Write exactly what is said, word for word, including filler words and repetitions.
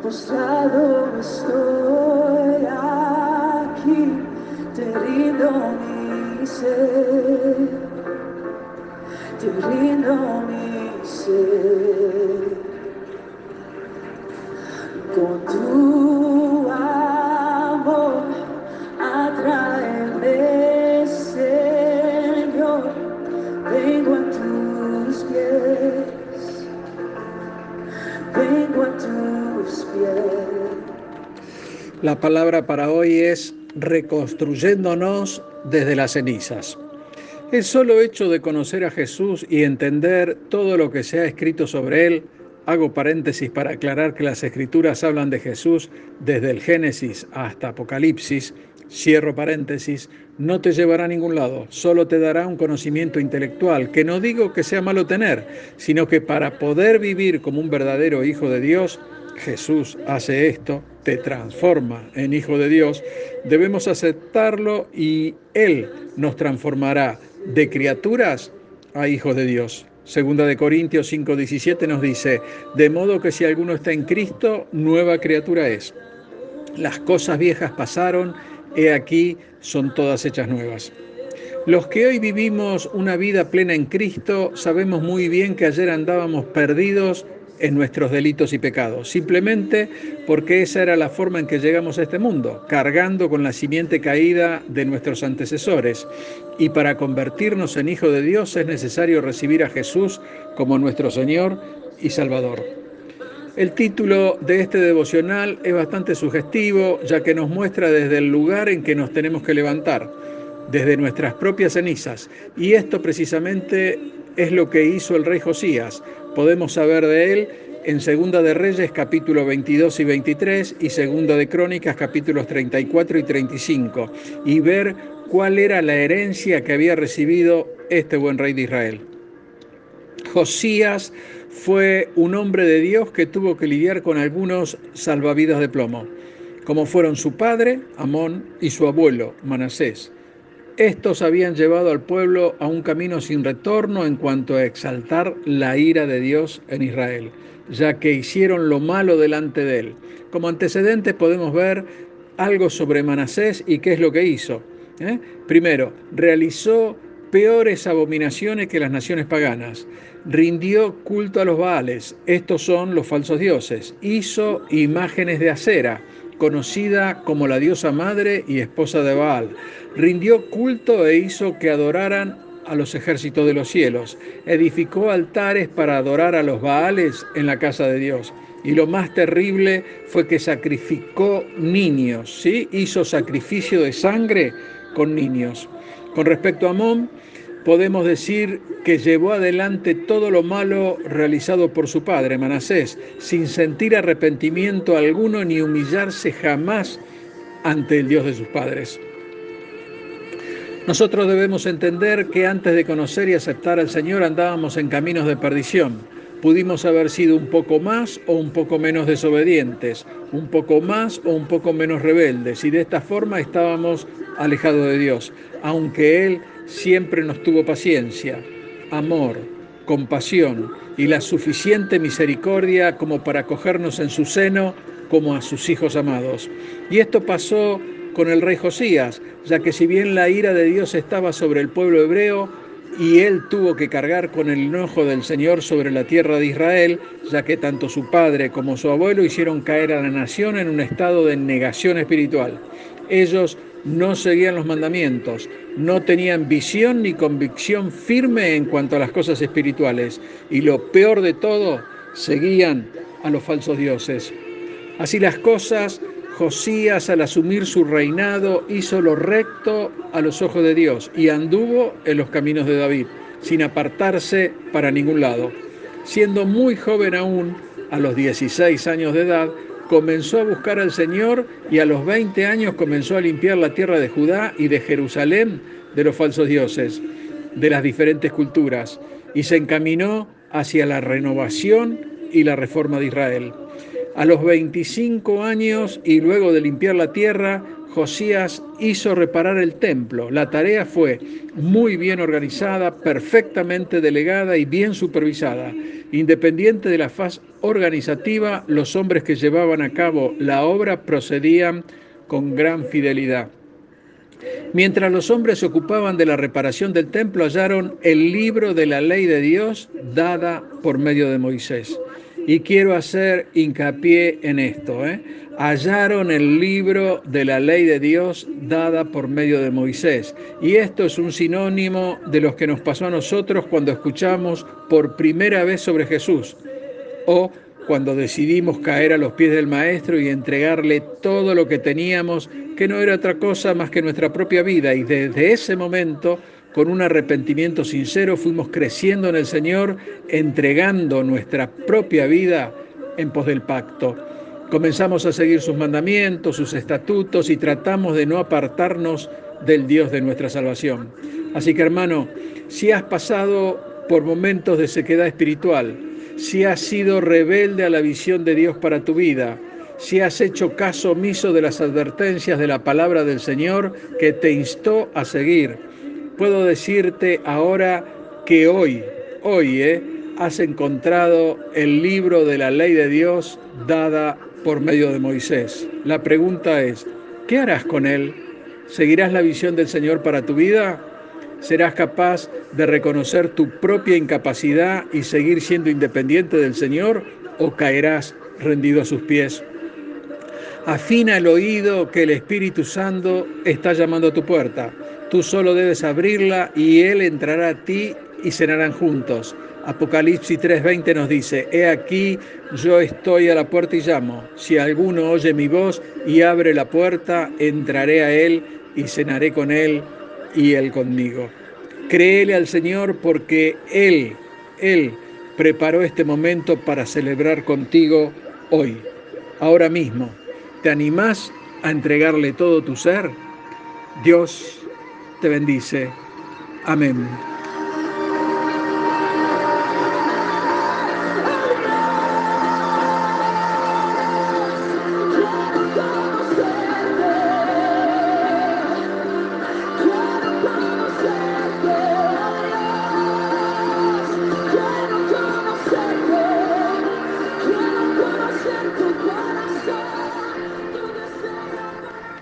postrado estoy aquí, te rindo mi ser, te rindo mi ser, con tu amor atráeme, Señor, vengo a tus pies, vengo a tus pies. La palabra para hoy es reconstruyéndonos desde las cenizas. El solo hecho de conocer a Jesús y entender todo lo que se ha escrito sobre él, hago paréntesis para aclarar que las escrituras hablan de Jesús desde el Génesis hasta Apocalipsis, cierro paréntesis, no te llevará a ningún lado, solo te dará un conocimiento intelectual, que no digo que sea malo tener, sino que para poder vivir como un verdadero hijo de Dios, Jesús hace esto, te transforma en hijo de Dios, debemos aceptarlo y Él nos transformará de criaturas a hijos de Dios. Segunda de Corintios cinco diecisiete nos dice, de modo que si alguno está en Cristo, nueva criatura es. Las cosas viejas pasaron, he aquí, son todas hechas nuevas. Los que hoy vivimos una vida plena en Cristo, sabemos muy bien que ayer andábamos perdidos en nuestros delitos y pecados, simplemente porque esa era la forma en que llegamos a este mundo, cargando con la simiente caída de nuestros antecesores. Y para convertirnos en hijos de Dios es necesario recibir a Jesús como nuestro Señor y Salvador. El título de este devocional es bastante sugestivo, ya que nos muestra desde el lugar en que nos tenemos que levantar, desde nuestras propias cenizas. Y esto precisamente es lo que hizo el rey Josías. Podemos saber de él en Segunda de Reyes capítulo veintidós y veintitrés y Segunda de Crónicas capítulos treinta y cuatro y treinta y cinco y ver cuál era la herencia que había recibido este buen rey de Israel. Josías fue un hombre de Dios que tuvo que lidiar con algunos salvavidas de plomo, como fueron su padre, Amón, y su abuelo, Manasés. Estos habían llevado al pueblo a un camino sin retorno en cuanto a exaltar la ira de Dios en Israel, ya que hicieron lo malo delante de él. Como antecedentes podemos ver algo sobre Manasés y qué es lo que hizo. ¿Eh? Primero, realizó peores abominaciones que las naciones paganas. Rindió culto a los Baales, estos son los falsos dioses. Hizo imágenes de acera, conocida como la diosa madre y esposa de Baal. Rindió culto e hizo que adoraran a los ejércitos de los cielos. Edificó altares para adorar a los Baales en la casa de Dios. Y lo más terrible fue que sacrificó niños, ¿sí? Hizo sacrificio de sangre con niños. Con respecto a Amón, podemos decir que llevó adelante todo lo malo realizado por su padre, Manasés, sin sentir arrepentimiento alguno ni humillarse jamás ante el Dios de sus padres. Nosotros debemos entender que antes de conocer y aceptar al Señor andábamos en caminos de perdición. Pudimos haber sido un poco más o un poco menos desobedientes, un poco más o un poco menos rebeldes, y de esta forma estábamos alejados de Dios, aunque Él siempre nos tuvo paciencia, amor, compasión y la suficiente misericordia como para acogernos en su seno como a sus hijos amados. Y esto pasó con el rey Josías, ya que si bien la ira de Dios estaba sobre el pueblo hebreo, y él tuvo que cargar con el enojo del Señor sobre la tierra de Israel, ya que tanto su padre como su abuelo hicieron caer a la nación en un estado de negación espiritual. Ellos no seguían los mandamientos, no tenían visión ni convicción firme en cuanto a las cosas espirituales, y lo peor de todo, seguían a los falsos dioses. Así las cosas, Josías, al asumir su reinado, hizo lo recto a los ojos de Dios y anduvo en los caminos de David, sin apartarse para ningún lado. Siendo muy joven aún, a los dieciséis años de edad, comenzó a buscar al Señor y a los veinte años comenzó a limpiar la tierra de Judá y de Jerusalén de los falsos dioses, de las diferentes culturas, y se encaminó hacia la renovación y la reforma de Israel. A los veinticinco años y luego de limpiar la tierra, Josías hizo reparar el templo. La tarea fue muy bien organizada, perfectamente delegada y bien supervisada. Independiente de la faz organizativa, los hombres que llevaban a cabo la obra procedían con gran fidelidad. Mientras los hombres se ocupaban de la reparación del templo, hallaron el libro de la ley de Dios dada por medio de Moisés. Y quiero hacer hincapié en esto, ¿eh? Hallaron el libro de la ley de Dios dada por medio de Moisés. Y esto es un sinónimo de lo que nos pasó a nosotros cuando escuchamos por primera vez sobre Jesús, o cuando decidimos caer a los pies del Maestro y entregarle todo lo que teníamos, que no era otra cosa más que nuestra propia vida. Y desde ese momento, con un arrepentimiento sincero, fuimos creciendo en el Señor, entregando nuestra propia vida en pos del pacto. Comenzamos a seguir sus mandamientos, sus estatutos, y tratamos de no apartarnos del Dios de nuestra salvación. Así que, hermano, si has pasado por momentos de sequedad espiritual, si has sido rebelde a la visión de Dios para tu vida, si has hecho caso omiso de las advertencias de la palabra del Señor que te instó a seguir, puedo decirte ahora que hoy, hoy, eh, has encontrado el libro de la ley de Dios dada por medio de Moisés. La pregunta es, ¿qué harás con él? ¿Seguirás la visión del Señor para tu vida? ¿Serás capaz de reconocer tu propia incapacidad y seguir siendo independiente del Señor, o caerás rendido a sus pies? Afina el oído, que el Espíritu Santo está llamando a tu puerta. Tú solo debes abrirla y Él entrará a ti y cenarán juntos. Apocalipsis tres veinte nos dice: he aquí, yo estoy a la puerta y llamo. Si alguno oye mi voz y abre la puerta, entraré a Él y cenaré con Él y Él conmigo. Créele al Señor, porque Él, Él preparó este momento para celebrar contigo hoy, ahora mismo. ¿Te animás a entregarle todo tu ser? Dios te bendice. Amén.